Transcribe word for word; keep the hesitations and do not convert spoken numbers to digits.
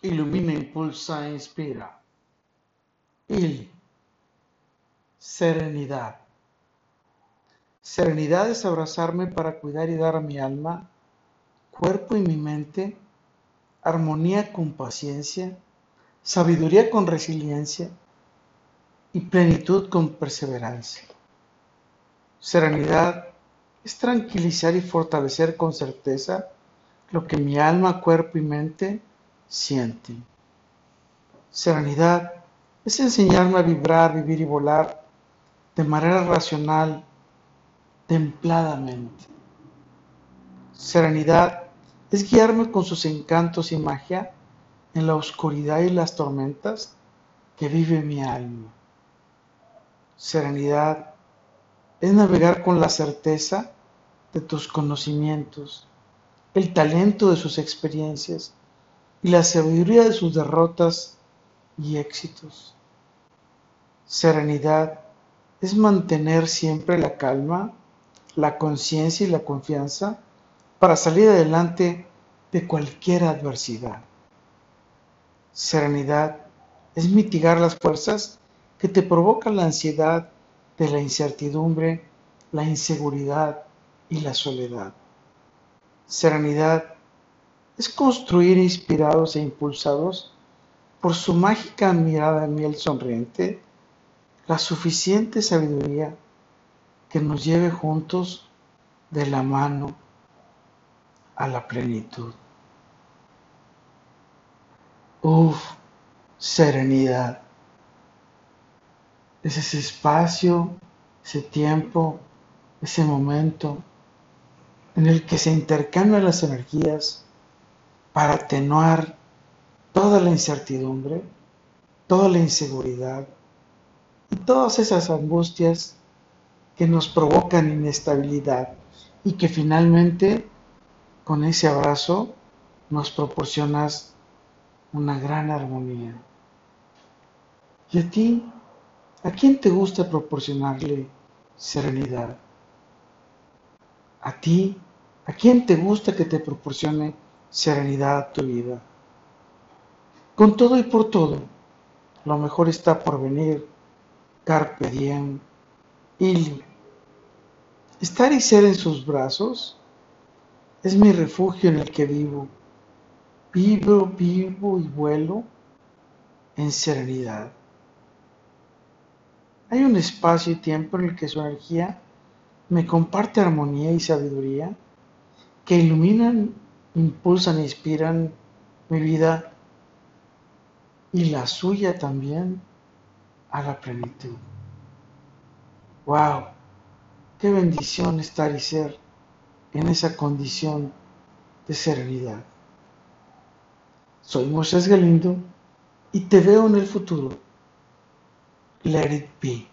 Ilumina, impulsa, inspira. Il. Serenidad. Serenidad es abrazarme para cuidar y dar a mi alma, cuerpo y mi mente, armonía con paciencia, sabiduría con resiliencia y plenitud con perseverancia. Serenidad es tranquilizar y fortalecer con certeza lo que mi alma, cuerpo y mente sienten. Serenidad es enseñarme a vibrar, vivir y volar de manera racional, templadamente. Serenidad es guiarme con sus encantos y magia en la oscuridad y las tormentas que vive mi alma. Serenidad es navegar con la certeza de tus conocimientos, el talento de sus experiencias y la sabiduría de sus derrotas y éxitos. Serenidad es mantener siempre la calma, la conciencia y la confianza para salir adelante de cualquier adversidad. Serenidad es mitigar las fuerzas que te provocan la ansiedad de la incertidumbre, la inseguridad y la soledad. Serenidad es construir inspirados e impulsados por su mágica mirada de miel sonriente, la suficiente sabiduría que nos lleve juntos de la mano a la plenitud. Uf, serenidad. Es ese espacio, ese tiempo, ese momento en el que se intercambian las energías para atenuar toda la incertidumbre, toda la inseguridad y todas esas angustias que nos provocan inestabilidad y que finalmente con ese abrazo nos proporcionas una gran armonía. ¿Y a ti? ¿A quién te gusta proporcionarle serenidad? ¿A ti? ¿A quién te gusta que te proporcione serenidad a tu vida? Con todo y por todo, lo mejor está por venir. Carpe diem. Il. Estar y ser en sus brazos es mi refugio en el que vivo. Vivo, vivo y vuelo en serenidad. Hay un espacio y tiempo en el que su energía me comparte armonía y sabiduría que iluminan, impulsan e inspiran mi vida y la suya también a la plenitud. ¡Wow! ¡Qué bendición estar y ser en esa condición de serenidad! Soy Moisés Galindo y te veo en el futuro. Let it be.